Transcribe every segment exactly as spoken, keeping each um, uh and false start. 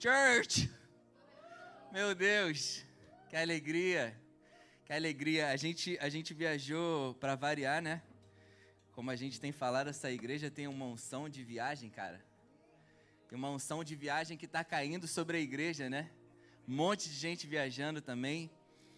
Church! Meu Deus, que alegria, que alegria. A gente, a gente viajou para variar, né? Como a gente tem falado, essa igreja tem uma unção de viagem, cara. Tem uma unção de viagem que está caindo sobre a igreja, né? Um monte de gente viajando também.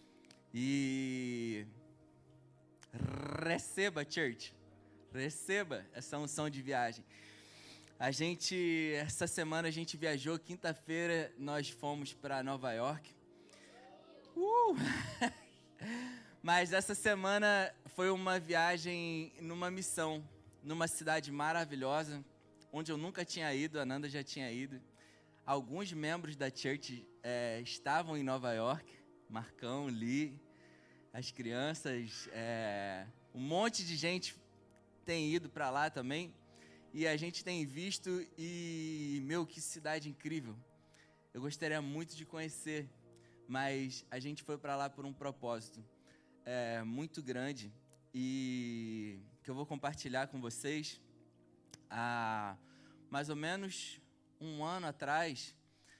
E receba, church, receba essa unção de viagem. A gente, essa semana a gente viajou, quinta-feira nós fomos para Nova York. Uh! Mas essa semana foi uma viagem numa missão, numa cidade maravilhosa, onde eu nunca tinha ido, a Nanda já tinha ido. Alguns membros da church é, estavam em Nova York, Marcão, Li, as crianças, é, um monte de gente tem ido para lá também. E a gente tem visto e, meu, que cidade incrível. Eu gostaria muito de conhecer, mas a gente foi para lá por um propósito é, muito grande e que eu vou compartilhar com vocês. Há mais ou menos um ano atrás,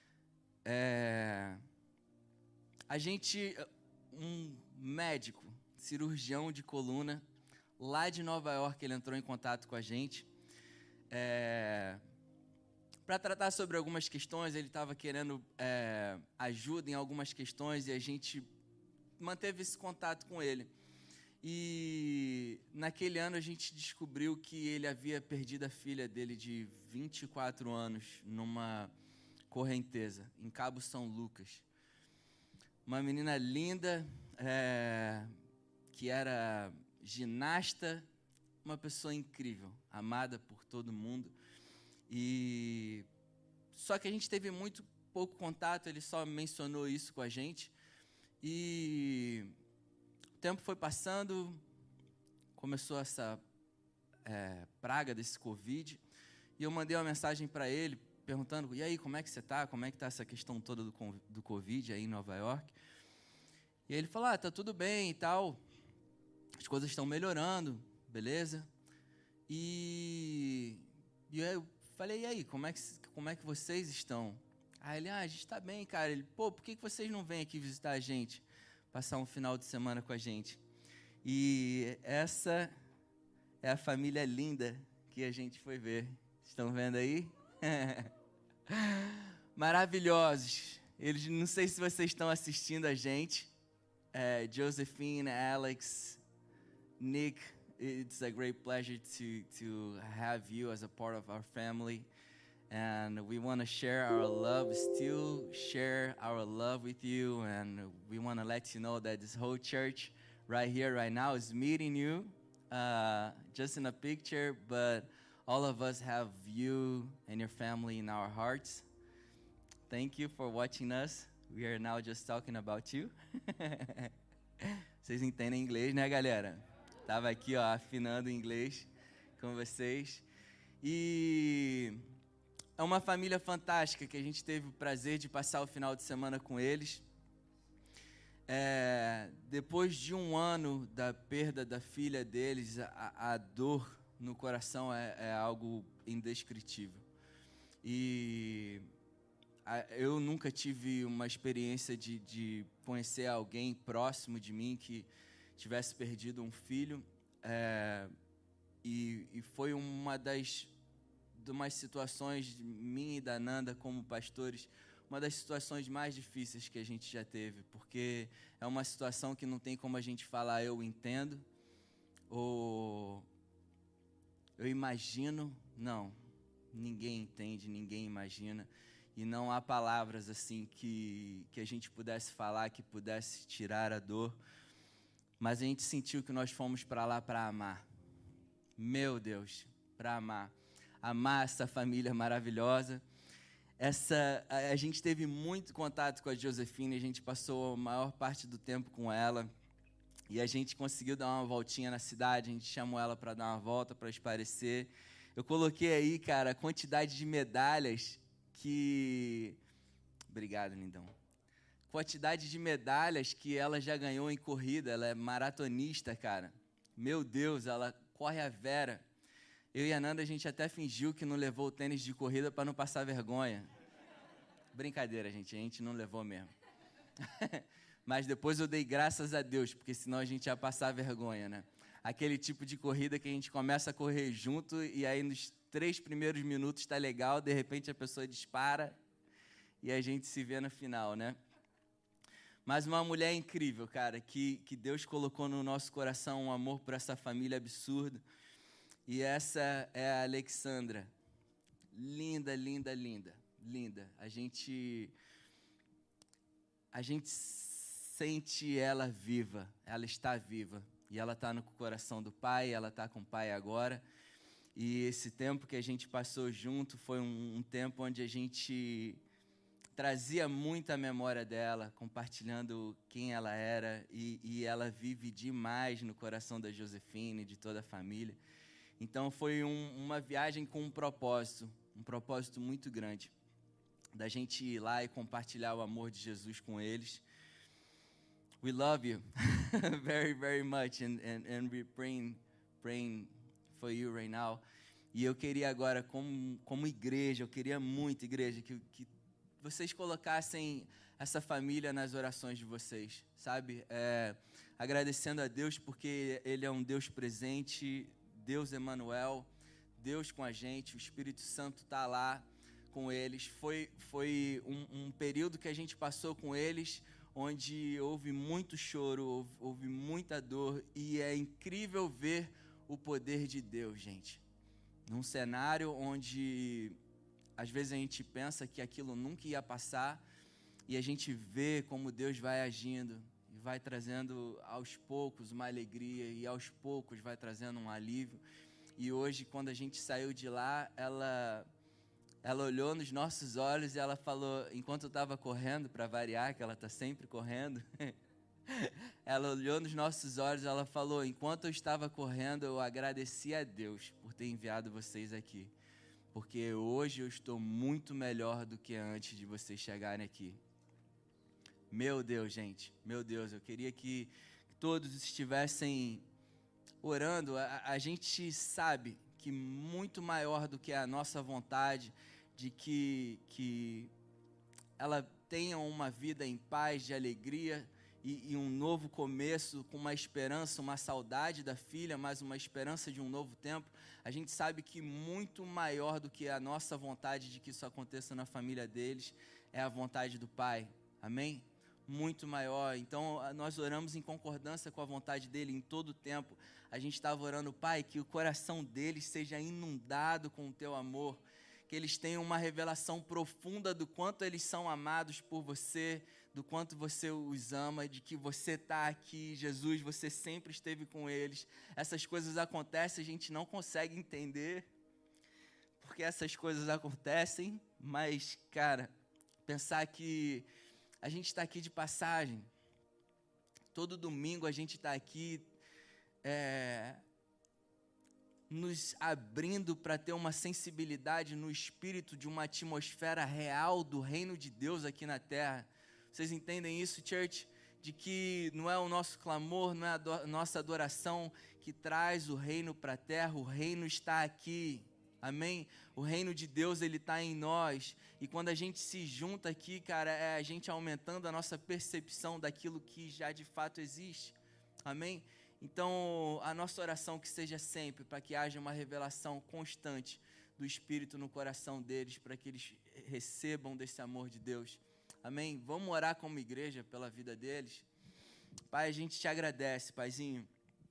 é, a gente, um médico, cirurgião de coluna, lá de Nova York, ele entrou em contato com a gente. É, para tratar sobre algumas questões, ele estava querendo é, ajuda em algumas questões e a gente manteve esse contato com ele. E naquele ano a gente descobriu que ele havia perdido a filha dele de vinte e quatro anos numa correnteza, em Cabo São Lucas. Uma menina linda, é, que era ginasta, uma pessoa incrível, amada por todo mundo. E só que a gente teve muito pouco contato, ele só mencionou isso com a gente. E o tempo foi passando, começou essa é, praga desse Covid, e eu mandei uma mensagem para ele, perguntando, e aí, como é que você está? Como é que está essa questão toda do, do Covid aí em Nova York? E ele falou, ah, tá tudo bem e tal, as coisas estão melhorando, beleza? E, e eu falei, e aí, como é, que, como é que vocês estão? Aí ele, ah, a gente está bem, cara. Ele, pô, por que vocês não vêm aqui visitar a gente? Passar um final de semana com a gente? E essa é a família linda que a gente foi ver. Estão vendo aí? Maravilhosos. Eles, não sei se vocês estão assistindo a gente. É, Josephine, Alex, Nick, it's a great pleasure to, to have you as a part of our family. And we want to share our love, still share our love with you. And we want to let you know that this whole church right here, right now is meeting you, uh, just in a picture, but all of us have you and your family in our hearts. Thank you for watching us. We are now just talking about you. Vocês entendem inglês, né, galera? Tava aqui, ó, afinando inglês com vocês. E é uma família fantástica que a gente teve o prazer de passar o final de semana com eles. É, depois de um ano da perda da filha deles, a, a dor no coração é, é algo indescritível. E a, eu nunca tive uma experiência de, de conhecer alguém próximo de mim que tivesse perdido um filho. É, e, e foi uma das de umas situações, minha e da Nanda como pastores, uma das situações mais difíceis que a gente já teve, porque é uma situação que não tem como a gente falar eu entendo, ou eu imagino, não, ninguém entende, ninguém imagina, e não há palavras assim que, que a gente pudesse falar, que pudesse tirar a dor, mas a gente sentiu que nós fomos para lá para amar, meu Deus, para amar. Amar essa família maravilhosa. Essa, a, a gente teve muito contato com a Josephine, a gente passou a maior parte do tempo com ela, e a gente conseguiu dar uma voltinha na cidade, a gente chamou ela para dar uma volta, para espairecer. Eu coloquei aí, cara, a quantidade de medalhas que... Obrigado, lindão. Quantidade de medalhas que ela já ganhou em corrida, ela é maratonista, cara. Meu Deus, ela corre a vera. Eu e a Nanda, a gente até fingiu que não levou o tênis de corrida para não passar vergonha. Brincadeira, gente, a gente não levou mesmo. Mas depois eu dei graças a Deus, porque senão a gente ia passar vergonha, né? Aquele tipo de corrida que a gente começa a correr junto e aí nos três primeiros minutos está legal, de repente a pessoa dispara e a gente se vê no final, né? Mas uma mulher incrível, cara, que, que Deus colocou no nosso coração um amor por essa família absurdo. E essa é a Alexandra. Linda, linda, linda, linda. A gente, a gente sente ela viva, ela está viva. E ela está no coração do Pai, ela está com o Pai agora. E esse tempo que a gente passou junto foi um, um tempo onde a gente trazia muita memória dela, compartilhando quem ela era. E, e ela vive demais no coração da Josefine e de toda a família. Então foi um, uma viagem com um propósito, um propósito muito grande. Da gente ir lá e compartilhar o amor de Jesus com eles. We love you very, very much, and, and, and we're praying, praying for you right now. E eu queria agora, como, como igreja, eu queria muito, igreja, que, que vocês colocassem essa família nas orações de vocês, sabe? É, agradecendo a Deus, porque Ele é um Deus presente, Deus Emanuel, Deus com a gente, o Espírito Santo está lá com eles. Foi, foi um, um período que a gente passou com eles, onde houve muito choro, houve, houve muita dor, e é incrível ver o poder de Deus, gente. Num cenário onde, às vezes, a gente pensa que aquilo nunca ia passar, e a gente vê como Deus vai agindo, e vai trazendo aos poucos uma alegria, e aos poucos vai trazendo um alívio. E hoje, quando a gente saiu de lá, ela... Ela olhou nos nossos olhos e ela falou, enquanto eu estava correndo, para variar, que ela está sempre correndo, ela olhou nos nossos olhos e ela falou, enquanto eu estava correndo, eu agradeci a Deus por ter enviado vocês aqui, porque hoje eu estou muito melhor do que antes de vocês chegarem aqui. Meu Deus, gente, meu Deus, eu queria que todos estivessem orando. A, a gente sabe que muito maior do que a nossa vontade de que, que ela tenha uma vida em paz, de alegria e, e um novo começo, com uma esperança, uma saudade da filha, mas uma esperança de um novo tempo. A gente sabe que muito maior do que a nossa vontade de que isso aconteça na família deles é a vontade do Pai, amém? Muito maior. Então nós oramos em concordância com a vontade dele em todo o tempo. A gente estava orando, Pai, que o coração deles seja inundado com o teu amor, que eles tenham uma revelação profunda do quanto eles são amados por você, do quanto você os ama, de que você está aqui, Jesus, você sempre esteve com eles. Essas coisas acontecem, a gente não consegue entender porque essas coisas acontecem, mas, cara, pensar que a gente está aqui de passagem. Todo domingo a gente está aqui é, nos abrindo para ter uma sensibilidade no espírito de uma atmosfera real do reino de Deus aqui na terra. Vocês entendem isso, church? De que não é o nosso clamor, não é a do, nossa adoração que traz o reino para a terra, o reino está aqui. Amém? O reino de Deus, ele está em nós. E quando a gente se junta aqui, cara, é a gente aumentando a nossa percepção daquilo que já de fato existe. Amém? Então, a nossa oração que seja sempre para que haja uma revelação constante do Espírito no coração deles, para que eles recebam desse amor de Deus. Amém? Vamos orar como igreja pela vida deles. Pai, a gente te agradece, Paizinho.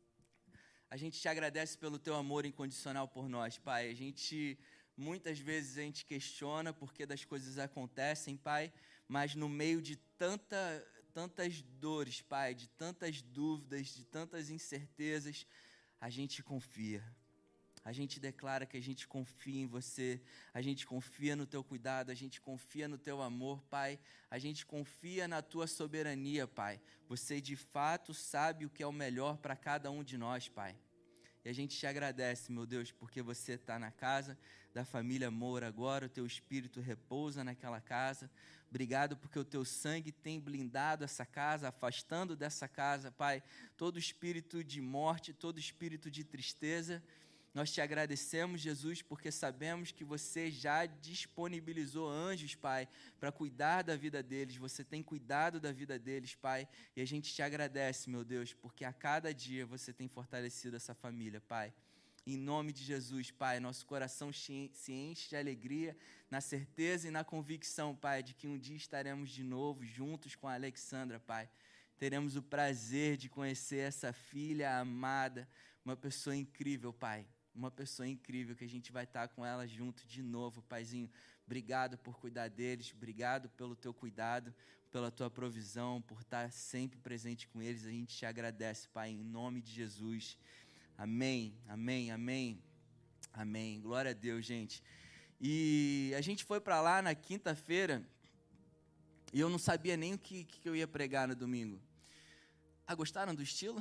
A gente te agradece pelo teu amor incondicional por nós, Pai. A gente, muitas vezes a gente questiona por que das coisas acontecem, Pai, mas no meio de tanta, tantas dores, Pai, de tantas dúvidas, de tantas incertezas, a gente confia. A gente declara que a gente confia em você, a gente confia no teu cuidado, a gente confia no teu amor, Pai. A gente confia na tua soberania, Pai. Você de fato sabe o que é o melhor para cada um de nós, Pai. E a gente te agradece, meu Deus, porque você está na casa da família Moura agora, o teu Espírito repousa naquela casa. Obrigado porque o teu sangue tem blindado essa casa, afastando dessa casa, Pai, todo espírito de morte, todo espírito de tristeza. Nós te agradecemos, Jesus, porque sabemos que você já disponibilizou anjos, Pai, para cuidar da vida deles. Você tem cuidado da vida deles, Pai. E a gente te agradece, meu Deus, porque a cada dia você tem fortalecido essa família, Pai. Em nome de Jesus, Pai, nosso coração se enche de alegria, na certeza e na convicção, Pai, de que um dia estaremos de novo juntos com a Alexandra, Pai. Teremos o prazer de conhecer essa filha amada, uma pessoa incrível, Pai. Uma pessoa incrível que a gente vai estar com ela junto de novo, Paizinho. Obrigado por cuidar deles, obrigado pelo teu cuidado, pela tua provisão, por estar sempre presente com eles. A gente te agradece, Pai, em nome de Jesus. Amém, amém, amém, amém. Glória a Deus, gente. E a gente foi para lá na quinta-feira e eu não sabia nem o que, que eu ia pregar no domingo. Ah, gostaram do estilo?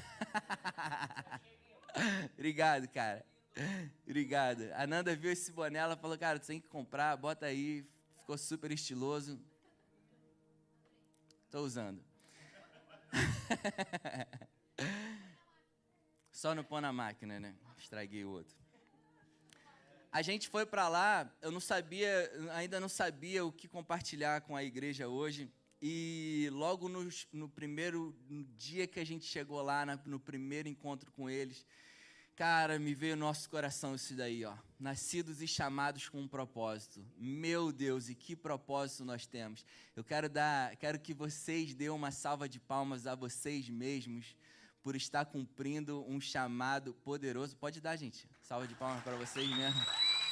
Obrigado, cara. Obrigado. A Nanda viu esse boné, ela falou, cara, tu tem que comprar, bota aí. Ficou super estiloso. Tô usando. Só no pão na máquina, né? Estraguei o outro. A gente foi para lá, eu não sabia, ainda não sabia o que compartilhar com a igreja hoje. E logo no, no primeiro no dia que a gente chegou lá, na, no primeiro encontro com eles, cara, me veio no nosso coração isso daí, ó. Nascidos e chamados com um propósito. Meu Deus, e que propósito nós temos. Eu quero dar, quero que vocês dêem uma salva de palmas a vocês mesmos por estar cumprindo um chamado poderoso. Pode dar, gente. Salva de palmas para vocês mesmo.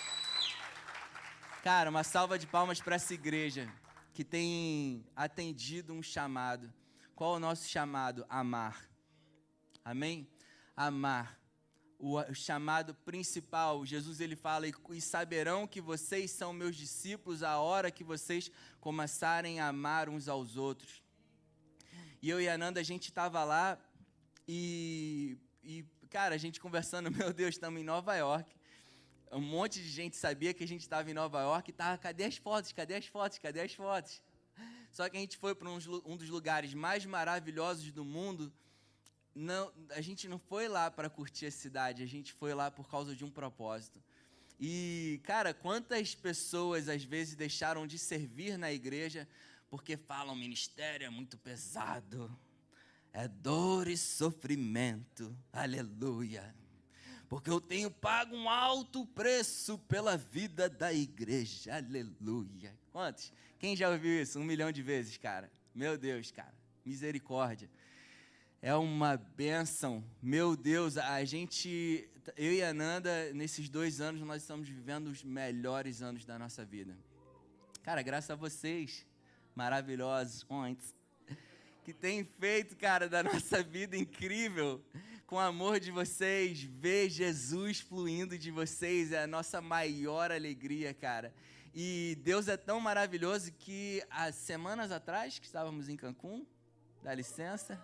Cara, uma salva de palmas para essa igreja que tem atendido um chamado. Qual é o nosso chamado? Amar. Amém? Amar. O, o chamado principal, Jesus ele fala, e, e saberão que vocês são meus discípulos a hora que vocês começarem a amar uns aos outros. E eu e a Nanda, a gente estava lá e, e, cara, a gente conversando, meu Deus, estamos em Nova York. Um monte de gente sabia que a gente estava em Nova York e estava, cadê as fotos, cadê as fotos, cadê as fotos? Só que a gente foi para um, um dos lugares mais maravilhosos do mundo. Não, a gente não foi lá para curtir a cidade, a gente foi lá por causa de um propósito. E, cara, quantas pessoas às vezes deixaram de servir na igreja porque falam, ministério é muito pesado, é dor e sofrimento, aleluia. Porque eu tenho pago um alto preço pela vida da igreja, aleluia. Quantos? Quem já ouviu isso? Um milhão de vezes, cara. Meu Deus, cara, misericórdia. É uma bênção, meu Deus, a gente, eu e a Nanda, nesses dois anos, nós estamos vivendo os melhores anos da nossa vida. Cara, graças a vocês, maravilhosos, que têm feito, cara, da nossa vida incrível, com o amor de vocês, ver Jesus fluindo de vocês, é a nossa maior alegria, cara. E Deus é tão maravilhoso que, há semanas atrás, que estávamos em Cancún, dá licença...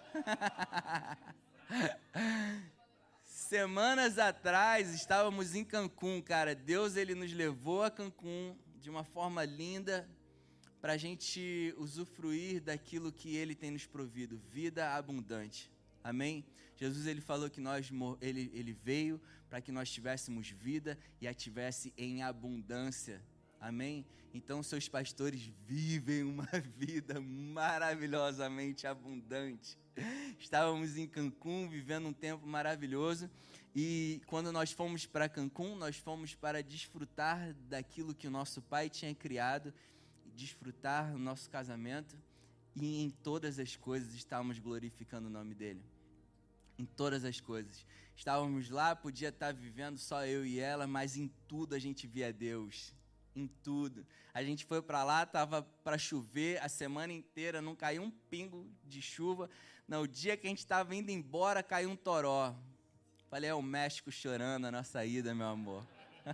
Semanas atrás estávamos em Cancún, cara. Deus ele nos levou a Cancún de uma forma linda para a gente usufruir daquilo que Ele tem nos provido, vida abundante. Amém? Jesus ele falou que nós ele, ele veio para que nós tivéssemos vida e a tivesse em abundância. Amém? Então seus pastores vivem uma vida maravilhosamente abundante. Estávamos em Cancún, vivendo um tempo maravilhoso, e quando nós fomos para Cancún, nós fomos para desfrutar daquilo que o nosso Pai tinha criado, desfrutar o nosso casamento, e em todas as coisas estávamos glorificando o nome dEle. Em todas as coisas. Estávamos lá, podia estar vivendo só eu e ela, mas em tudo a gente via Deus. Em tudo. A gente foi para lá, estava para chover a semana inteira, não caiu um pingo de chuva. No dia que a gente estava indo embora, caiu um toró. Falei, é o México chorando a nossa ida, meu amor.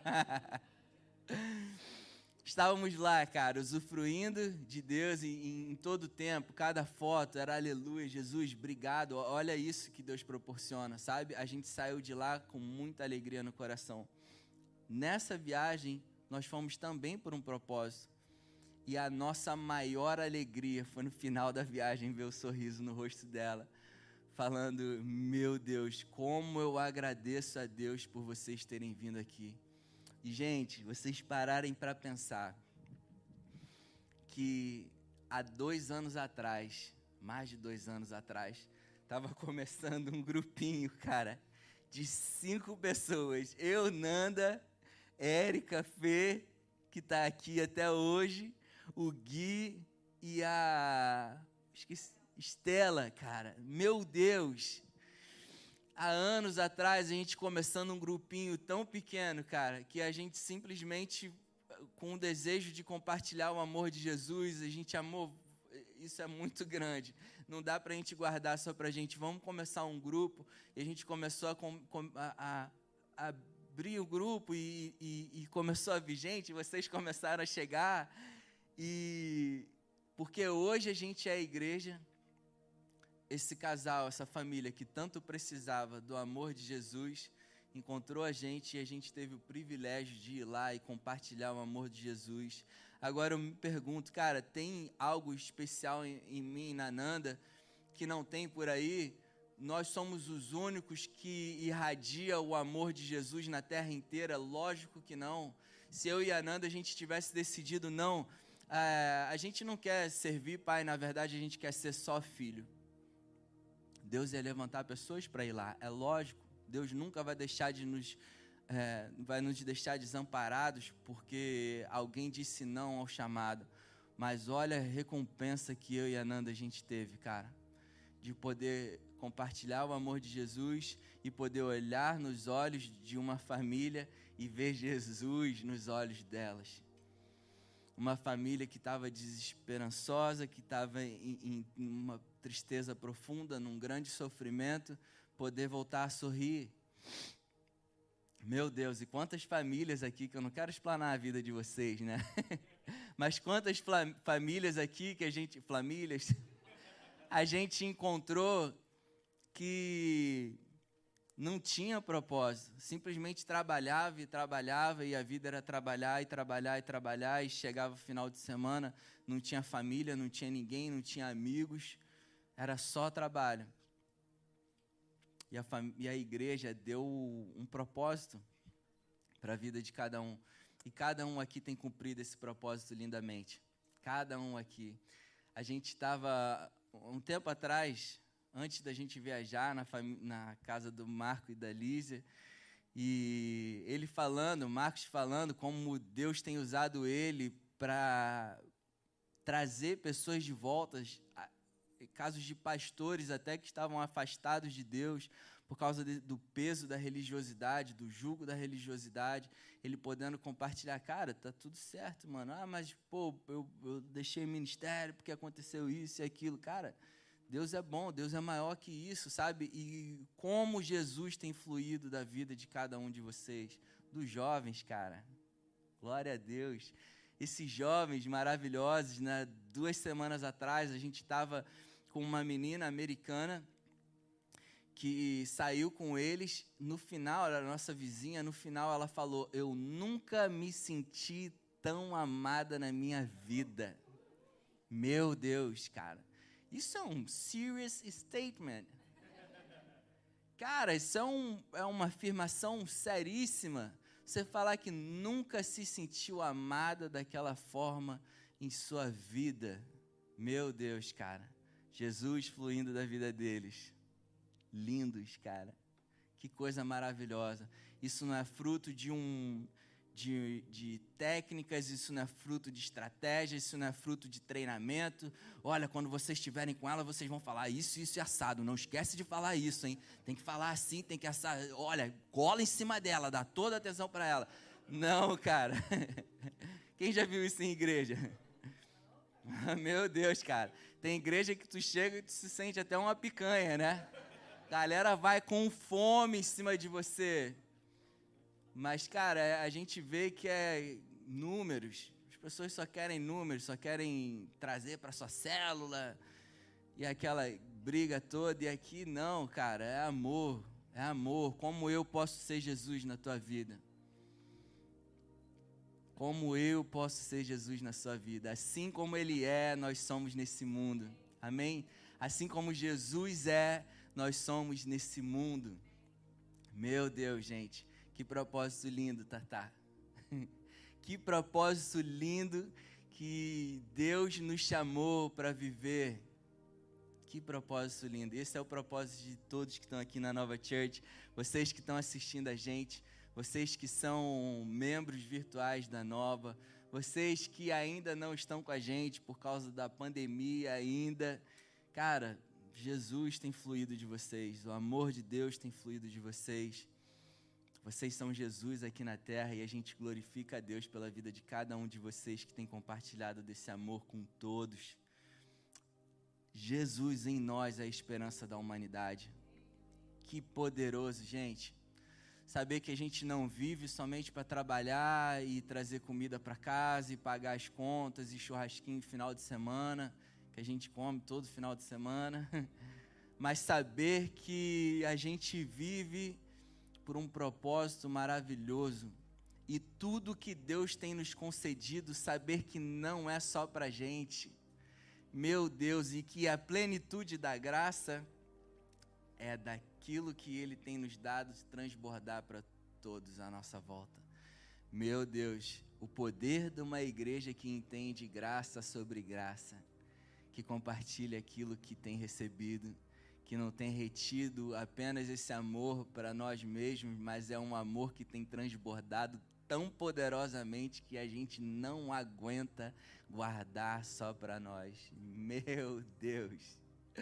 Estávamos lá, cara, usufruindo de Deus em, em todo o tempo, cada foto era aleluia, Jesus, obrigado. Olha isso que Deus proporciona, sabe? A gente saiu de lá com muita alegria no coração. Nessa viagem, nós fomos também por um propósito. E a nossa maior alegria foi no final da viagem ver o sorriso no rosto dela. falando, meu Deus, como eu agradeço a Deus por vocês terem vindo aqui. E, gente, vocês pararem para pensar que há dois anos atrás, mais de dois anos atrás, estava começando um grupinho, cara, de cinco pessoas. Eu, Nanda, Érica, Fê, que está aqui até hoje, o Gui e a... esqueci, Estela, cara. Meu Deus! Há anos atrás, a gente começando um grupinho tão pequeno, cara, que a gente simplesmente, com o desejo de compartilhar o amor de Jesus, a gente amou, isso é muito grande. Não dá pra gente guardar só pra gente. Vamos começar um grupo. E a gente começou a, a, a abrir o grupo e, e, e começou a vir gente. Vocês começaram a chegar. E porque hoje a gente é a igreja, esse casal, essa família que tanto precisava do amor de Jesus, encontrou a gente e a gente teve o privilégio de ir lá e compartilhar o amor de Jesus. Agora eu me pergunto, cara, tem algo especial em, em mim, na Nanda, que não tem por aí? Nós somos os únicos que irradia o amor de Jesus na terra inteira? Lógico que não. Se eu e a Nanda a gente tivesse decidido não, é, a gente não quer servir pai, na verdade a gente quer ser só filho. Deus ia levantar pessoas para ir lá, é lógico. Deus nunca vai deixar de nos, é, vai nos deixar desamparados porque alguém disse não ao chamado. Mas olha a recompensa que eu e a Nanda a gente teve, cara. De poder compartilhar o amor de Jesus e poder olhar nos olhos de uma família e ver Jesus nos olhos delas. Uma família que estava desesperançosa, que estava em, em uma tristeza profunda, num grande sofrimento, poder voltar a sorrir. Meu Deus, e quantas famílias aqui, que eu não quero explanar a vida de vocês, né? Mas quantas flam- famílias aqui que a gente, famílias, a gente encontrou que não tinha propósito, simplesmente trabalhava e trabalhava, e a vida era trabalhar e trabalhar e trabalhar, e chegava o final de semana, não tinha família, não tinha ninguém, não tinha amigos, era só trabalho. E a, fam- e a igreja deu um propósito para a vida de cada um. E cada um aqui tem cumprido esse propósito lindamente. Cada um aqui. A gente estava, um tempo atrás, antes da gente viajar, na, fam- na casa do Marco e da Lízia, e ele falando, Marcos falando, como Deus tem usado ele para trazer pessoas de volta, casos de pastores até que estavam afastados de Deus por causa de, do peso da religiosidade, do jugo da religiosidade, ele podendo compartilhar, cara, tá tudo certo, mano, ah, mas, pô, eu, eu deixei o ministério porque aconteceu isso e aquilo, cara, Deus é bom, Deus é maior que isso, sabe, e como Jesus tem fluído da vida de cada um de vocês, dos jovens, cara, glória a Deus, esses jovens maravilhosos, né, duas semanas atrás, a gente estava com uma menina americana que saiu com eles, no final, era a nossa vizinha, no final ela falou, eu nunca me senti tão amada na minha vida. Meu Deus, cara, isso é um serious statement. Cara, isso é, um, é uma afirmação seríssima. Você falar que nunca se sentiu amada daquela forma em sua vida. Meu Deus, cara. Jesus fluindo da vida deles. Lindos, cara. Que coisa maravilhosa. Isso não é fruto de um de, de técnicas, isso não é fruto de estratégias, isso não é fruto de treinamento. Olha, quando vocês estiverem com ela, vocês vão falar isso, isso e assado. Não esquece de falar isso, hein? Tem que falar assim, tem que assar. Olha, cola em cima dela, dá toda a atenção para ela. Não, cara. Quem já viu isso em igreja? Meu Deus, cara. Tem igreja que tu chega e tu se sente até uma picanha, né? Galera vai com fome em cima de você. Mas, cara, a gente vê que é números. As pessoas só querem números, só querem trazer para sua célula. E aquela briga toda. E aqui não, cara, é amor. É amor. Como eu posso ser Jesus na tua vida? Como eu posso ser Jesus na sua vida? Assim como Ele é, nós somos nesse mundo. Amém? Assim como Jesus é, nós somos nesse mundo. Meu Deus, gente, que propósito lindo, Tatá. Que propósito lindo que Deus nos chamou para viver. Que propósito lindo. Esse é o propósito de todos que estão aqui na Nova Church, vocês que estão assistindo a gente, vocês que são membros virtuais da Nova, vocês que ainda não estão com a gente por causa da pandemia ainda. Cara, Jesus tem fluído de vocês, o amor de Deus tem fluído de vocês. Vocês são Jesus aqui na terra e a gente glorifica a Deus pela vida de cada um de vocês que tem compartilhado desse amor com todos. Jesus em nós é a esperança da humanidade. Que poderoso, gente. Saber que a gente não vive somente para trabalhar e trazer comida para casa e pagar as contas e churrasquinho no final de semana, que a gente come todo final de semana, mas saber que a gente vive por um propósito maravilhoso e tudo que Deus tem nos concedido, saber que não é só para a gente, meu Deus, e que a plenitude da graça é daquilo que Ele tem nos dado transbordar para todos à nossa volta. Meu Deus, o poder de uma igreja que entende graça sobre graça, que compartilha aquilo que tem recebido, que não tem retido apenas esse amor para nós mesmos, mas é um amor que tem transbordado tão poderosamente que a gente não aguenta guardar só para nós. Meu Deus!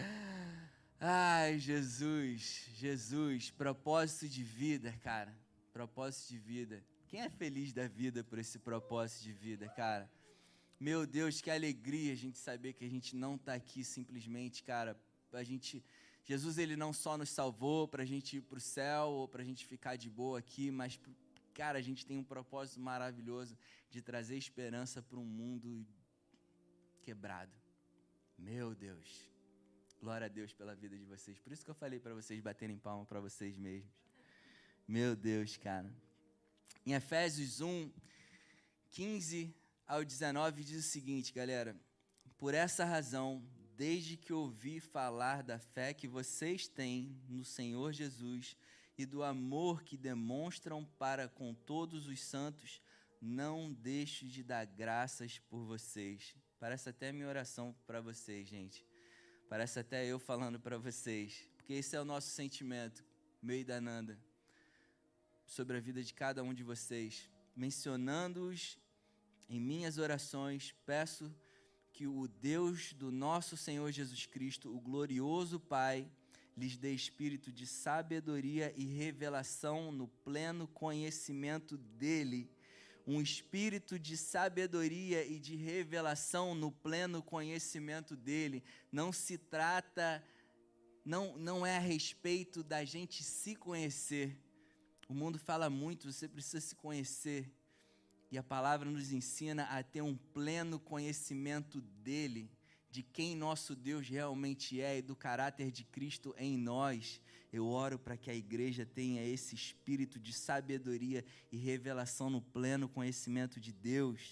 Ai, Jesus, Jesus, propósito de vida, cara, propósito de vida. Quem é feliz da vida por esse propósito de vida, cara? Meu Deus, que alegria a gente saber que a gente não está aqui simplesmente, cara, a gente... Jesus, Ele não só nos salvou para a gente ir para o céu ou para a gente ficar de boa aqui, mas, cara, a gente tem um propósito maravilhoso de trazer esperança para um mundo quebrado. Meu Deus, glória a Deus pela vida de vocês. Por isso que eu falei para vocês baterem palma para vocês mesmos. Meu Deus, cara. Em Efésios um, quinze ao dezenove diz o seguinte, galera. Por essa razão, desde que ouvi falar da fé que vocês têm no Senhor Jesus e do amor que demonstram para com todos os santos, não deixo de dar graças por vocês. Parece até minha oração para vocês, gente. Parece até eu falando para vocês. Porque esse é o nosso sentimento, meu e da Nanda, sobre a vida de cada um de vocês. Mencionando-os em minhas orações, peço que o Deus do nosso Senhor Jesus Cristo, o glorioso Pai, lhes dê espírito de sabedoria e revelação no pleno conhecimento dEle. Um espírito de sabedoria e de revelação no pleno conhecimento dEle. Não se trata, não, não é a respeito da gente se conhecer. O mundo fala muito, você precisa se conhecer. E a palavra nos ensina a ter um pleno conhecimento dEle, de quem nosso Deus realmente é e do caráter de Cristo em nós. Eu oro para que a igreja tenha esse espírito de sabedoria e revelação no pleno conhecimento de Deus.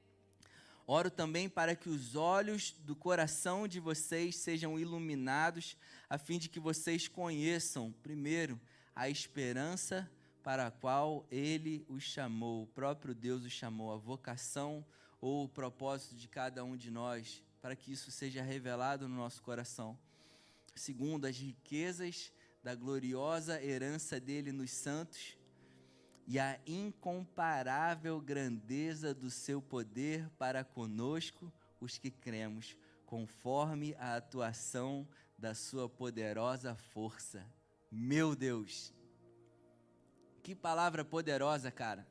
Oro também para que os olhos do coração de vocês sejam iluminados, a fim de que vocês conheçam, primeiro, a esperança para a qual Ele os chamou, o próprio Deus os chamou, a vocação ou o propósito de cada um de nós, para que isso seja revelado no nosso coração. Segundo, as riquezas da gloriosa herança dele nos santos e a incomparável grandeza do seu poder para conosco, os que cremos, conforme a atuação da sua poderosa força. Meu Deus! Que palavra poderosa, cara.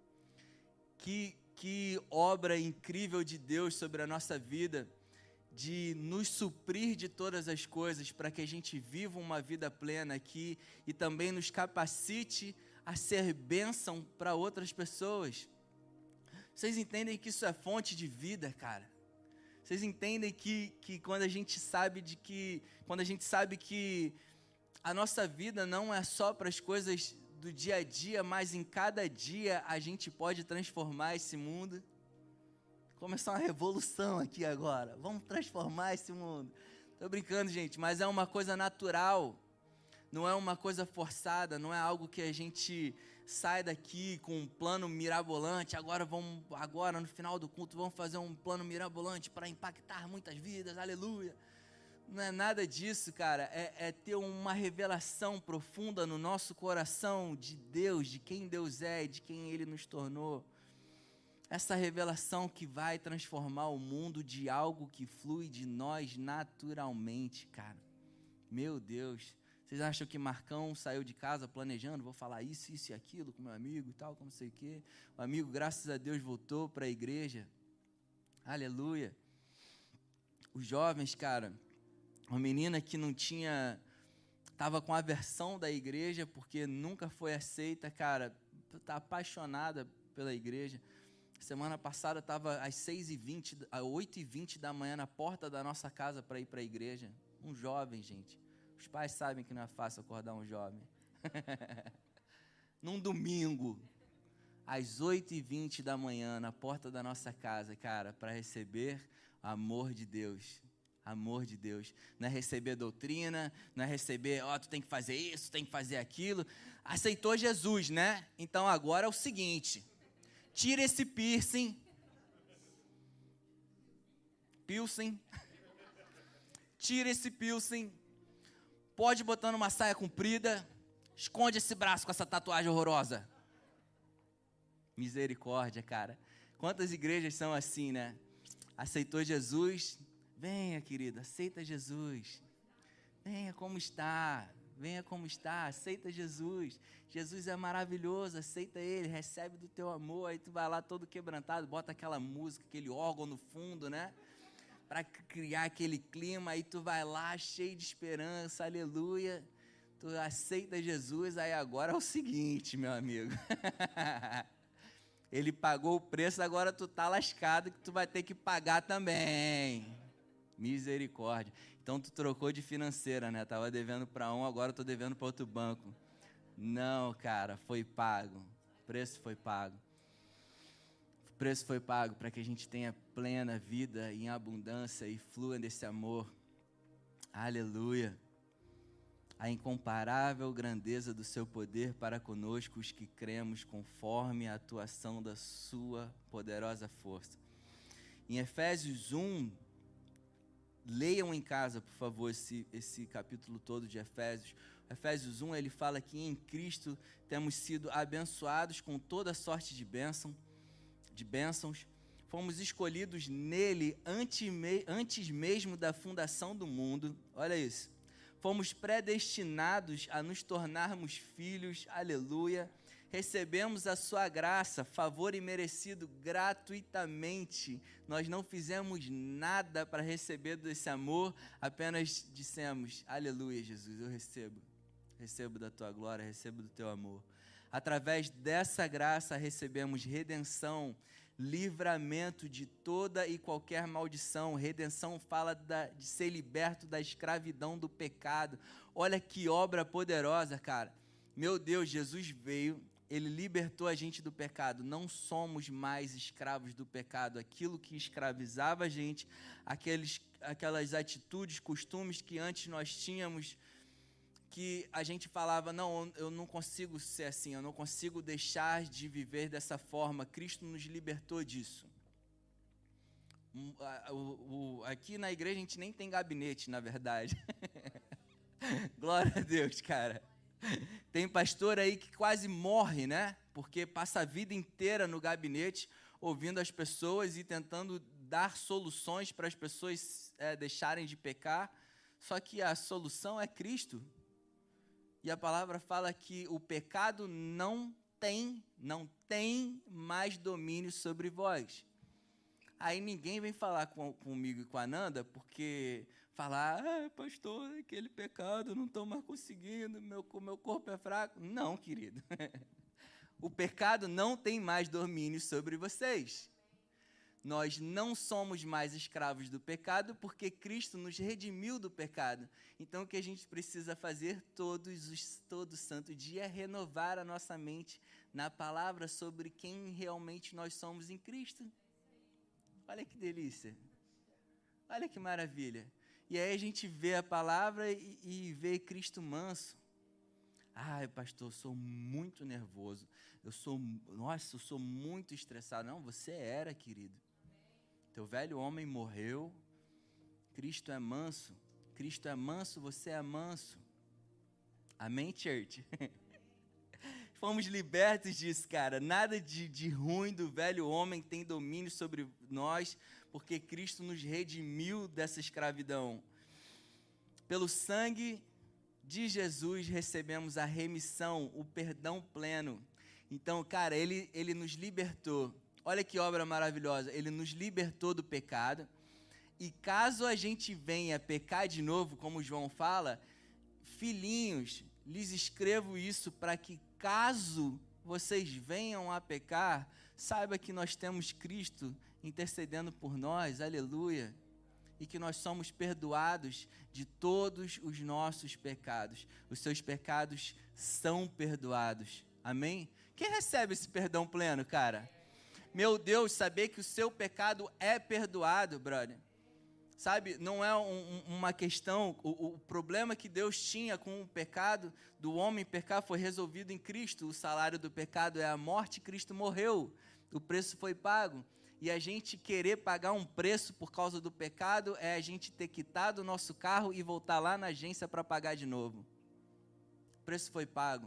Que, que obra incrível de Deus sobre a nossa vida, de nos suprir de todas as coisas para que a gente viva uma vida plena aqui e também nos capacite a ser bênção para outras pessoas. Vocês entendem que isso é fonte de vida, cara? Vocês entendem que, que quando a gente sabe de que, quando a gente sabe que a nossa vida não é só para as coisas do dia a dia, mas em cada dia a gente pode transformar esse mundo. Começar uma revolução aqui agora. Vamos transformar esse mundo. Tô brincando, gente, mas é uma coisa natural. não é uma coisa forçada, não é algo que a gente sai daqui com um plano mirabolante, agora vamos, agora no final do culto vamos fazer um plano mirabolante para impactar muitas vidas, aleluia. Não é nada disso, cara, é, é ter uma revelação profunda no nosso coração de Deus, de quem Deus é e de quem Ele nos tornou. Essa revelação que vai transformar o mundo de algo que flui de nós naturalmente, cara. Meu Deus, vocês acham que Marcão saiu de casa planejando, vou falar isso, isso e aquilo com meu amigo e tal, como sei o quê. O amigo, graças a Deus, voltou para a igreja. Aleluia. Os jovens, cara, uma menina que não tinha, estava com aversão da igreja, porque nunca foi aceita, cara, tá apaixonada pela igreja. Semana passada estava às seis e vinte, às oito e vinte da manhã na porta da nossa casa para ir para a igreja. Um jovem, gente. Os pais sabem que não é fácil acordar um jovem. Num domingo, às oito e vinte da manhã, na porta da nossa casa, cara, para receber amor de Deus. Amor de Deus. Não é receber doutrina, não é receber, ó, oh, tu tem que fazer isso, tem que fazer aquilo. Aceitou Jesus, né? Então agora é o seguinte, tira esse piercing. Piercing. Tira esse piercing. Pode botar numa saia comprida. Esconde esse braço com essa tatuagem horrorosa. Misericórdia, cara. Quantas igrejas são assim, né? Aceitou Jesus. Venha, querida, aceita Jesus. Venha como está. Venha como está, aceita Jesus. Jesus é maravilhoso, aceita Ele, recebe do teu amor. Aí tu vai lá todo quebrantado, bota aquela música, aquele órgão no fundo, né? Para criar aquele clima, aí tu vai lá cheio de esperança, aleluia. Tu aceita Jesus, aí agora é o seguinte, meu amigo. Ele pagou o preço, agora tu tá lascado, que tu vai ter que pagar também. Misericórdia. Então tu trocou de financeira, né? Tava devendo para um, agora eu tô devendo para outro banco. Não, cara, foi pago. O preço foi pago. O preço foi pago para que a gente tenha plena vida em abundância e flua desse amor. Aleluia. A incomparável grandeza do seu poder para conosco, os que cremos, conforme a atuação da sua poderosa força. Em Efésios um, leiam em casa, por favor, esse, esse capítulo todo de Efésios. Efésios um, ele fala que em Cristo temos sido abençoados com toda sorte de bênção, de bênçãos. Fomos escolhidos nele antes, antes mesmo da fundação do mundo. Olha isso. Fomos predestinados a nos tornarmos filhos, aleluia. Recebemos a sua graça, favor imerecido gratuitamente. Nós não fizemos nada para receber desse amor, apenas dissemos, aleluia, Jesus, eu recebo. Recebo da tua glória, recebo do teu amor. Através dessa graça recebemos redenção, livramento de toda e qualquer maldição. Redenção fala da, de ser liberto da escravidão do pecado. Olha que obra poderosa, cara. Meu Deus, Jesus veio, Ele libertou a gente do pecado. Não somos mais escravos do pecado. Aquilo que escravizava a gente, aqueles, aquelas atitudes, costumes que antes nós tínhamos, que a gente falava, não, eu não consigo ser assim, eu não consigo deixar de viver dessa forma. Cristo nos libertou disso. O, o, aqui na igreja a gente nem tem gabinete, na verdade. Glória a Deus, cara. Tem pastor aí que quase morre, né? Porque passa a vida inteira no gabinete, ouvindo as pessoas e tentando dar soluções para as pessoas é, deixarem de pecar. Só que a solução é Cristo. E a palavra fala que o pecado não tem, não tem mais domínio sobre vós. Aí ninguém vem falar com, comigo e com a Nanda, porque falar, ah, pastor, aquele pecado, eu não estou mais conseguindo, meu, meu corpo é fraco. Não, querido. O pecado não tem mais domínio sobre vocês. Nós não somos mais escravos do pecado, porque Cristo nos redimiu do pecado. Então, o que a gente precisa fazer todos os, todo santo dia é renovar a nossa mente na palavra sobre quem realmente nós somos em Cristo. Olha que delícia. Olha que maravilha. E aí a gente vê a palavra e, e vê Cristo manso. Ai, pastor, eu sou muito nervoso. Eu sou, nossa, eu sou muito estressado. Não, você era, querido. Teu velho homem morreu. Cristo é manso. Cristo é manso, você é manso. Amém, church? Fomos libertos disso, cara. Nada de, de ruim do velho homem tem domínio sobre nós, porque Cristo nos redimiu dessa escravidão. Pelo sangue de Jesus recebemos a remissão, o perdão pleno. Então, cara, ele, ele nos libertou. Olha que obra maravilhosa. Ele nos libertou do pecado. E caso a gente venha pecar de novo, como João fala, filhinhos, lhes escrevo isso para que caso vocês venham a pecar, saiba que nós temos Cristo intercedendo por nós, aleluia, e que nós somos perdoados de todos os nossos pecados. Os seus pecados são perdoados, amém? Quem recebe esse perdão pleno, cara? Meu Deus, saber que o seu pecado é perdoado, brother. Sabe, não é um, uma questão, o, o problema que Deus tinha com o pecado do homem pecar foi resolvido em Cristo. O salário do pecado é a morte, Cristo morreu, o preço foi pago. E a gente querer pagar um preço por causa do pecado é a gente ter quitado o nosso carro e voltar lá na agência para pagar de novo. O preço foi pago.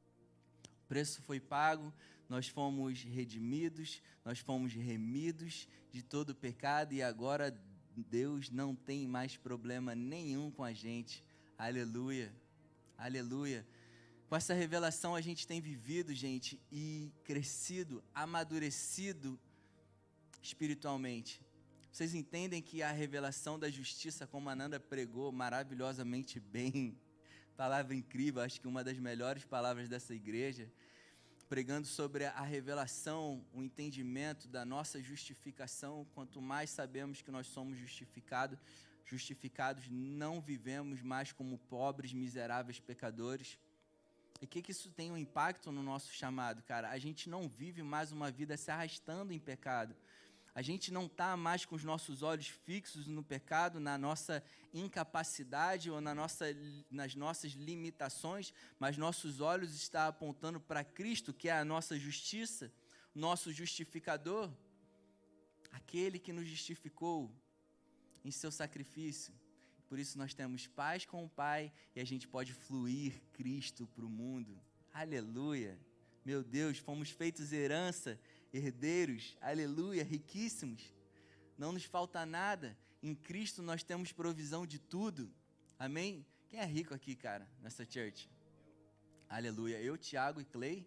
O preço foi pago, nós fomos redimidos, nós fomos remidos de todo o pecado e agora Deus não tem mais problema nenhum com a gente. Aleluia, aleluia. Com essa revelação a gente tem vivido, gente, e crescido, amadurecido espiritualmente. Vocês entendem que a revelação da justiça, como a Nanda pregou maravilhosamente bem, palavra incrível, acho que uma das melhores palavras dessa igreja, pregando sobre a revelação, o entendimento da nossa justificação. Quanto mais sabemos que nós somos justificados, justificados, não vivemos mais como pobres, miseráveis pecadores. E o que, que isso tem um impacto no nosso chamado, cara? A gente não vive mais uma vida se arrastando em pecado. A gente não está mais com os nossos olhos fixos no pecado, na nossa incapacidade ou na nossa, nas nossas limitações, mas nossos olhos estão apontando para Cristo, que é a nossa justiça, nosso justificador, aquele que nos justificou em seu sacrifício. Por isso nós temos paz com o Pai e a gente pode fluir Cristo para o mundo. Aleluia! Meu Deus, fomos feitos herança, herdeiros, aleluia, riquíssimos. Não nos falta nada. Em Cristo nós temos provisão de tudo. Amém? Quem é rico aqui, cara, nessa church? Aleluia. Eu, Tiago e Clay?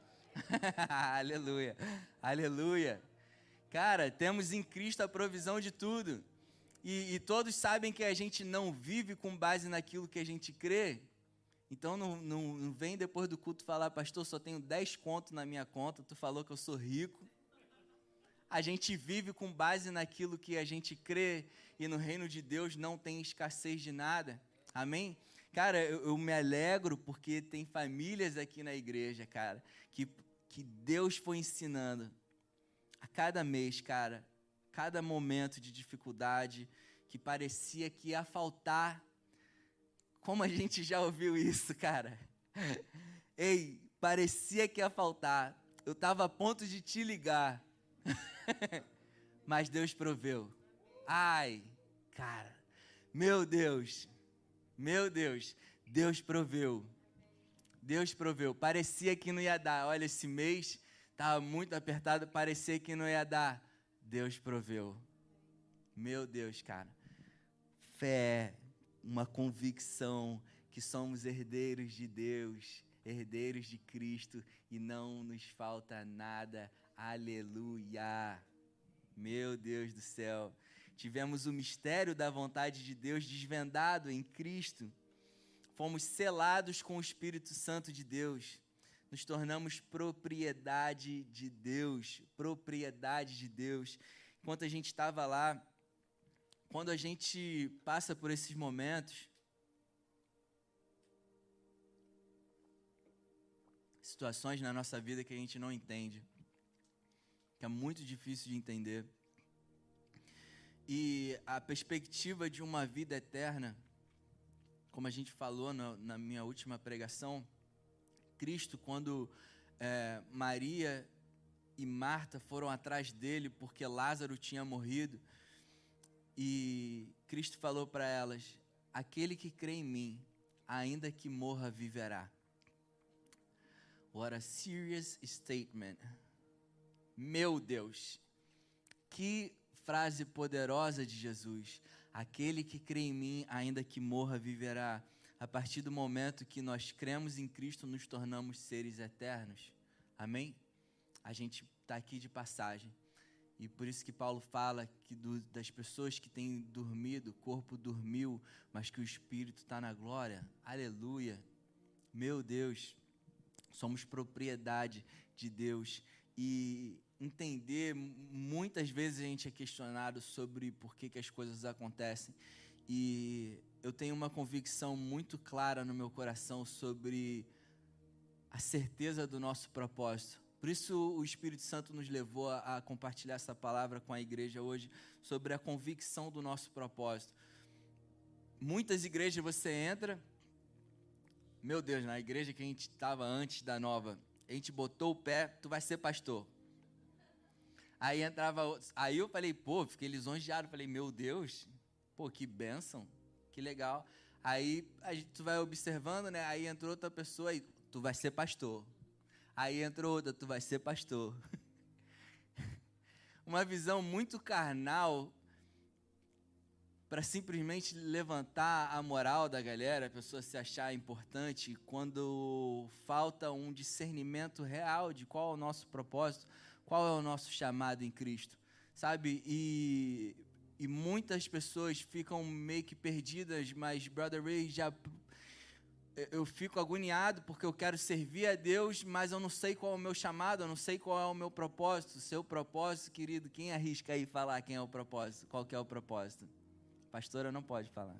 Aleluia. Aleluia. Cara, temos em Cristo a provisão de tudo. E, e todos sabem que a gente não vive com base naquilo que a gente crê. Então não, não, não vem depois do culto falar, pastor, só tenho dez contos na minha conta, tu falou que eu sou rico. A gente vive com base naquilo que a gente crê e no reino de Deus não tem escassez de nada. Amém? Cara, eu, eu me alegro porque tem famílias aqui na igreja, cara, que, que Deus foi ensinando a cada mês, cara, cada momento de dificuldade que parecia que ia faltar. Como a gente já ouviu isso, cara? Ei, parecia que ia faltar. Eu estava a ponto de te ligar. Mas Deus proveu. Ai, cara. Meu Deus. Meu Deus. Deus proveu. Deus proveu. Parecia que não ia dar. Olha, esse mês estava muito apertado. Parecia que não ia dar. Deus proveu. Meu Deus, cara. Fé. Uma convicção que somos herdeiros de Deus, herdeiros de Cristo e não nos falta nada. Aleluia! Meu Deus do céu! Tivemos o mistério da vontade de Deus desvendado em Cristo. Fomos selados com o Espírito Santo de Deus. Nos tornamos propriedade de Deus, propriedade de Deus. Enquanto a gente estava lá, quando a gente passa por esses momentos, situações na nossa vida que a gente não entende, que é muito difícil de entender, e a perspectiva de uma vida eterna, como a gente falou na, na minha última pregação, Cristo, quando é, Maria e Marta foram atrás dele porque Lázaro tinha morrido, e Cristo falou para elas: aquele que crê em mim, ainda que morra, viverá. What a serious statement. Meu Deus, que frase poderosa de Jesus. Aquele que crê em mim, ainda que morra, viverá. A partir do momento que nós cremos em Cristo, nos tornamos seres eternos. Amém? A gente está aqui de passagem. E por isso que Paulo fala que do, das pessoas que têm dormido, o corpo dormiu, mas que o espírito está na glória. Aleluia. Meu Deus, somos propriedade de Deus. E entender, muitas vezes a gente é questionado sobre por que, que as coisas acontecem. E eu tenho uma convicção muito clara no meu coração sobre a certeza do nosso propósito. Por isso o Espírito Santo nos levou a, a compartilhar essa palavra com a igreja hoje, sobre a convicção do nosso propósito. Muitas igrejas você entra, meu Deus, na igreja que a gente estava antes da nova, a gente botou o pé, tu vai ser pastor. Aí entrava outros, aí eu falei, pô, fiquei lisonjeado, falei, meu Deus, pô, que bênção, que legal. Aí a gente, tu vai observando, né, aí entrou outra pessoa, aí tu vai ser pastor. Aí entrou outra, tu vai ser pastor. Uma visão muito carnal para simplesmente levantar a moral da galera, a pessoa se achar importante, quando falta um discernimento real de qual é o nosso propósito, qual é o nosso chamado em Cristo, sabe? E, e muitas pessoas ficam meio que perdidas, mas Brother Ray já... Eu fico agoniado porque eu quero servir a Deus, mas eu não sei qual é o meu chamado, eu não sei qual é o meu propósito. Seu propósito, querido, quem arrisca aí falar quem é o propósito? Qual que é o propósito? Pastora não pode falar.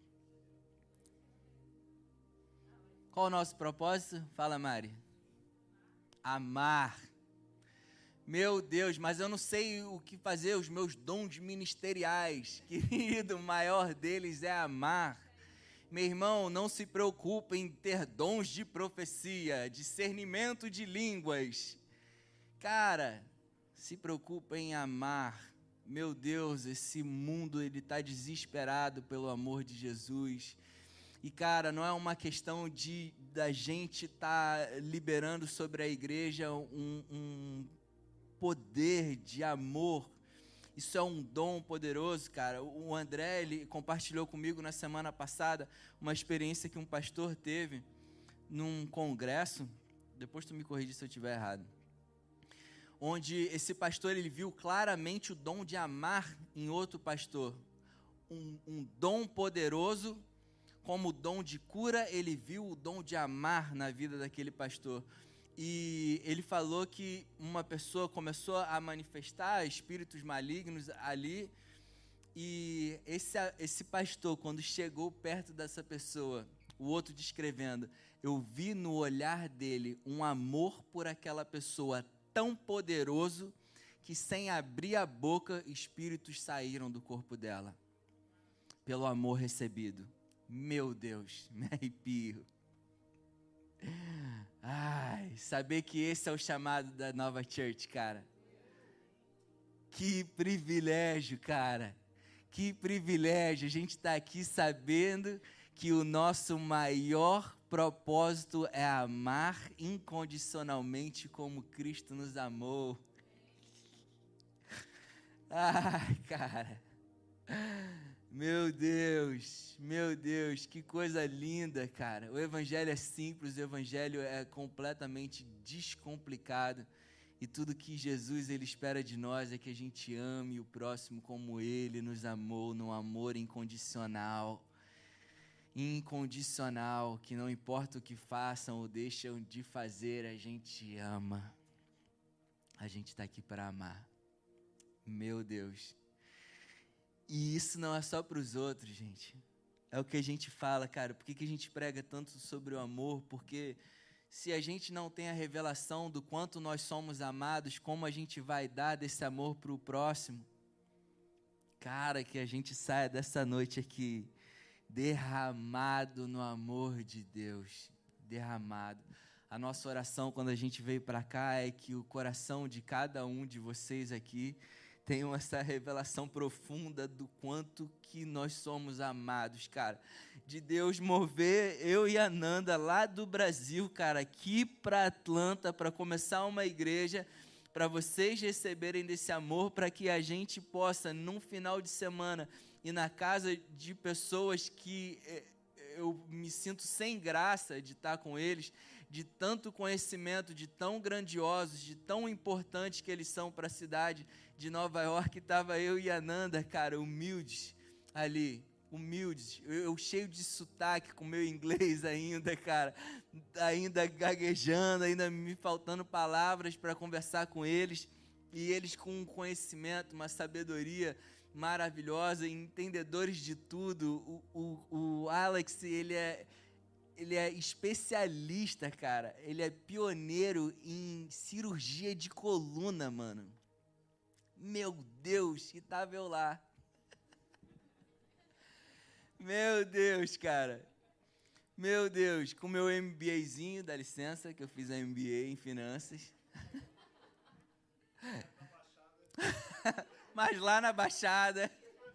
Qual o nosso propósito? Fala, Mari. Amar. Meu Deus, mas eu não sei o que fazer, os meus dons ministeriais. Querido, o maior deles é amar. Meu irmão, não se preocupe em ter dons de profecia, discernimento de línguas. Cara, se preocupe em amar. Meu Deus, esse mundo ele está desesperado pelo amor de Jesus. E, cara, não é uma questão de da gente estar tá liberando sobre a igreja um, um poder de amor. Isso é um dom poderoso, cara. O André, ele compartilhou comigo na semana passada uma experiência que um pastor teve num congresso. Depois tu me corrige se eu estiver errado. Onde esse pastor, ele viu claramente o dom de amar em outro pastor. Um, um dom poderoso, como o dom de cura, ele viu o dom de amar na vida daquele pastor. E ele falou que uma pessoa começou a manifestar espíritos malignos ali, e esse, esse pastor, quando chegou perto dessa pessoa, o outro descrevendo, eu vi no olhar dele um amor por aquela pessoa tão poderoso, que sem abrir a boca, espíritos saíram do corpo dela, pelo amor recebido. Meu Deus, me arrepio. Ai, saber que esse é o chamado da Nova Church, cara. Que privilégio, cara. Que privilégio. A gente está aqui sabendo que o nosso maior propósito é amar incondicionalmente como Cristo nos amou. Ai, cara. Meu Deus, meu Deus, que coisa linda, cara. O evangelho é simples, o evangelho é completamente descomplicado. E tudo que Jesus ele espera de nós é que a gente ame o próximo como ele nos amou, num amor incondicional. Incondicional, que não importa o que façam ou deixam de fazer, a gente ama. A gente está aqui para amar. Meu Deus. E isso não é só para os outros, gente. É o que a gente fala, cara. Por que, que a gente prega tanto sobre o amor? Porque se a gente não tem a revelação do quanto nós somos amados, como a gente vai dar desse amor para o próximo? Cara, que a gente saia dessa noite aqui derramado no amor de Deus. Derramado. A nossa oração quando a gente veio para cá é que o coração de cada um de vocês aqui tenham essa revelação profunda do quanto que nós somos amados, cara. De Deus mover eu e a Nanda lá do Brasil, cara, aqui para Atlanta, para começar uma igreja, para vocês receberem desse amor, para que a gente possa, num final de semana, ir na casa de pessoas que eu me sinto sem graça de estar com eles, de tanto conhecimento, de tão grandiosos, de tão importantes que eles são para a cidade de Nova York. Estava eu e a Nanda, cara, humildes ali, humildes, eu, eu cheio de sotaque com meu inglês ainda, cara, ainda gaguejando, ainda me faltando palavras para conversar com eles, e eles com um conhecimento, uma sabedoria maravilhosa, entendedores de tudo. O, o, o Alex, ele é, ele é especialista, cara, ele é pioneiro em cirurgia de coluna, mano. Meu Deus, e tava eu lá. Meu Deus, cara. Meu Deus, com meu MBAzinho, dá licença, que eu fiz um M B A em finanças. Mas lá na Baixada.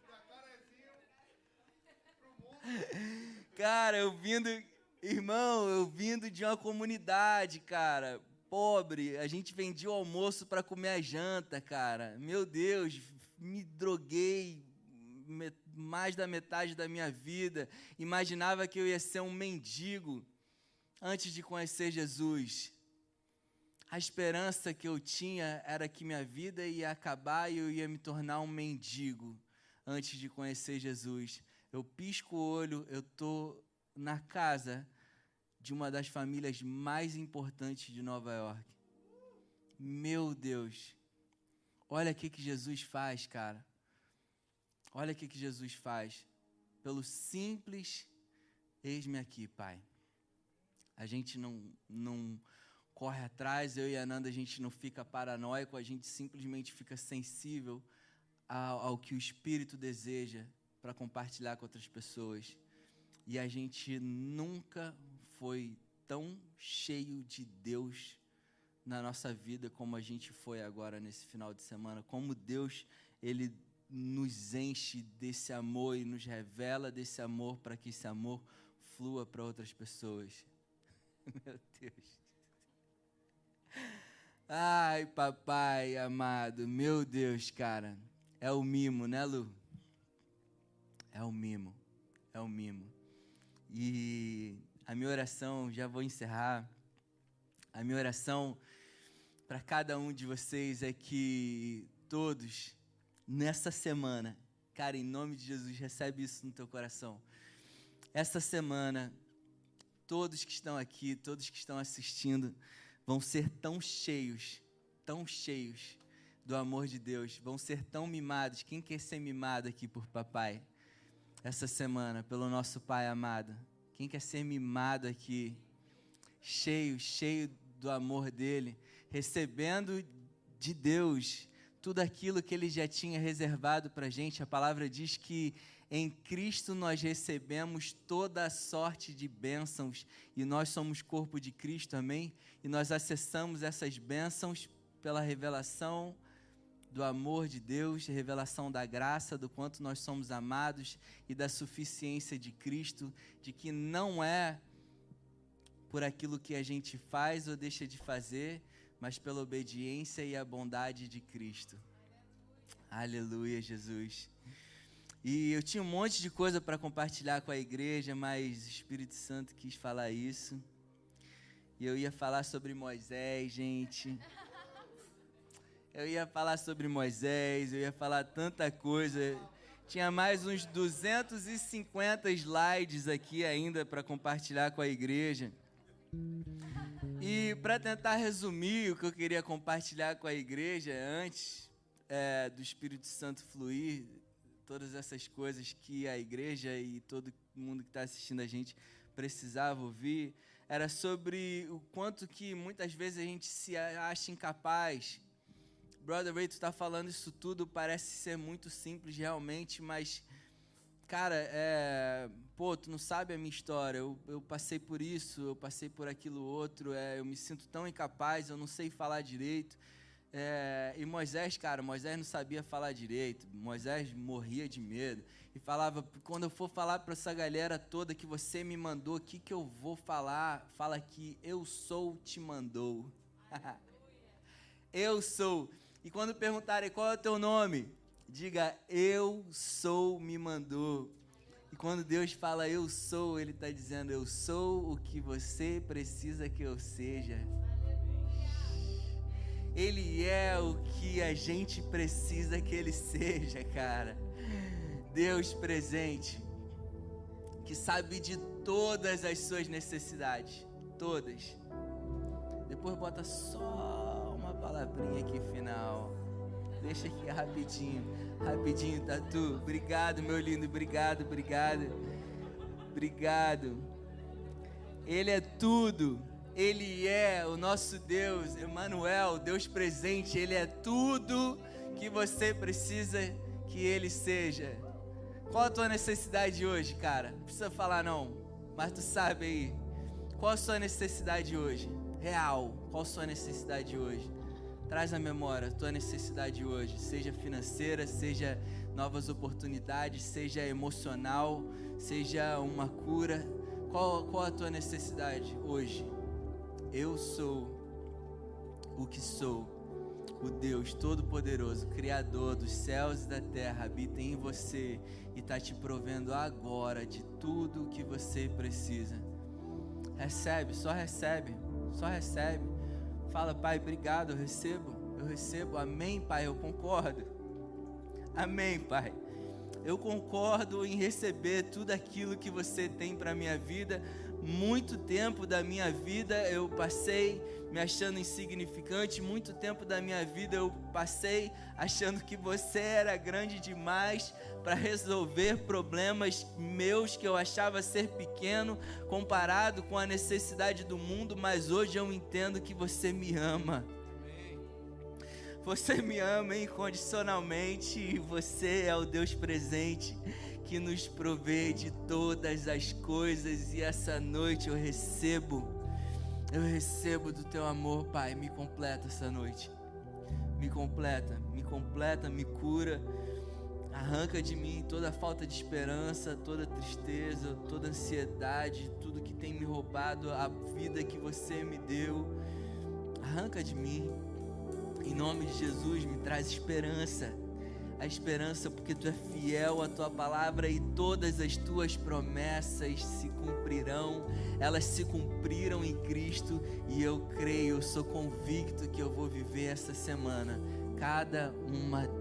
Cara, eu vindo, irmão, eu vindo de uma comunidade, cara, pobre. A gente vendia o almoço para comer a janta, cara. Meu Deus, me droguei mais da metade da minha vida. Imaginava que eu ia ser um mendigo antes de conhecer Jesus. A esperança que eu tinha era que minha vida ia acabar e eu ia me tornar um mendigo antes de conhecer Jesus. Eu pisco o olho, eu estou na casa de uma das famílias mais importantes de Nova York. Meu Deus, olha o que, que Jesus faz, cara. Olha o que, que Jesus faz. Pelo simples, eis-me aqui, Pai. A gente não, não corre atrás, eu e a Nanda, a gente não fica paranoico, a gente simplesmente fica sensível ao, ao que o Espírito deseja para compartilhar com outras pessoas. E a gente nunca foi tão cheio de Deus na nossa vida como a gente foi agora nesse final de semana. Como Deus, Ele nos enche desse amor e nos revela desse amor para que esse amor flua para outras pessoas. Meu Deus. Ai, papai amado, meu Deus, cara. É o mimo, né, Lu? É o mimo, é o mimo. E a minha oração, já vou encerrar, a minha oração para cada um de vocês é que todos, nessa semana, cara, em nome de Jesus, recebe isso no teu coração. Essa semana, todos que estão aqui, todos que estão assistindo, vão ser tão cheios, tão cheios do amor de Deus, vão ser tão mimados. Quem quer ser mimado aqui por papai? Essa semana, pelo nosso Pai amado. Quem quer ser mimado aqui, cheio, cheio do amor dele, recebendo de Deus tudo aquilo que ele já tinha reservado para a gente. A palavra diz que em Cristo nós recebemos toda a sorte de bênçãos e nós somos corpo de Cristo, amém? E nós acessamos essas bênçãos pela revelação do amor de Deus, revelação da graça, do quanto nós somos amados e da suficiência de Cristo, de que não é por aquilo que a gente faz ou deixa de fazer, mas pela obediência e a bondade de Cristo. Aleluia, Jesus. E eu tinha um monte de coisa para compartilhar com a igreja, mas o Espírito Santo quis falar isso. E eu ia falar sobre Moisés, gente. Eu ia falar sobre Moisés, eu ia falar tanta coisa. Tinha mais uns duzentos e cinquenta slides aqui ainda para compartilhar com a igreja. E para tentar resumir o que eu queria compartilhar com a igreja antes é, do Espírito Santo fluir, todas essas coisas que a igreja e todo mundo que está assistindo a gente precisava ouvir, era sobre o quanto que muitas vezes a gente se acha incapaz. Brother Ray, tu está falando isso tudo, parece ser muito simples realmente, mas, cara, é, pô, tu não sabe a minha história, eu, eu passei por isso, eu passei por aquilo outro, é, eu me sinto tão incapaz, eu não sei falar direito. É, e Moisés, cara, Moisés não sabia falar direito, Moisés morria de medo e falava, quando eu for falar para essa galera toda que você me mandou, o que que eu vou falar? Fala que eu sou te mandou. Eu sou. E quando perguntarem qual é o teu nome, diga, eu sou me mandou. E quando Deus fala eu sou, Ele está dizendo, eu sou o que você precisa que eu seja. Ele é o que a gente precisa que Ele seja, cara. Deus presente, que sabe de todas as suas necessidades, todas. Depois bota só uma palavrinha aqui final. Deixa aqui rapidinho, rapidinho, Tatu. Obrigado, meu lindo, obrigado, obrigado. Obrigado. Ele é tudo. Ele é o nosso Deus, Emmanuel, Deus presente. Ele é tudo que você precisa que Ele seja. Qual a tua necessidade hoje, cara? Não precisa falar não, mas tu sabe aí. Qual a sua necessidade hoje? Real, qual a sua necessidade hoje? Traz à memória a tua necessidade hoje, seja financeira, seja novas oportunidades, seja emocional, seja uma cura. Qual, qual a tua necessidade hoje? Eu sou o que sou, o Deus Todo-Poderoso, Criador dos céus e da terra, habita em você e está te provendo agora de tudo o que você precisa. Recebe, só recebe, só recebe. Fala, Pai, obrigado, eu recebo, eu recebo, amém, Pai, eu concordo. Amém, Pai. Eu concordo em receber tudo aquilo que você tem para a minha vida. Muito tempo da minha vida eu passei me achando insignificante, muito tempo da minha vida eu passei achando que você era grande demais para resolver problemas meus que eu achava ser pequeno comparado com a necessidade do mundo, mas hoje eu entendo que você me ama. Você me ama incondicionalmente e você é o Deus presente que nos provê de todas as coisas, e essa noite eu recebo, eu recebo do teu amor, Pai. Me completa essa noite, me completa, me completa, me cura, arranca de mim toda falta de esperança, toda tristeza, toda ansiedade, tudo que tem me roubado a vida que você me deu, arranca de mim, em nome de Jesus. Me traz esperança, a esperança porque Tu é fiel à Tua palavra e todas as Tuas promessas se cumprirão, elas se cumpriram em Cristo e eu creio, eu sou convicto que eu vou viver essa semana, cada uma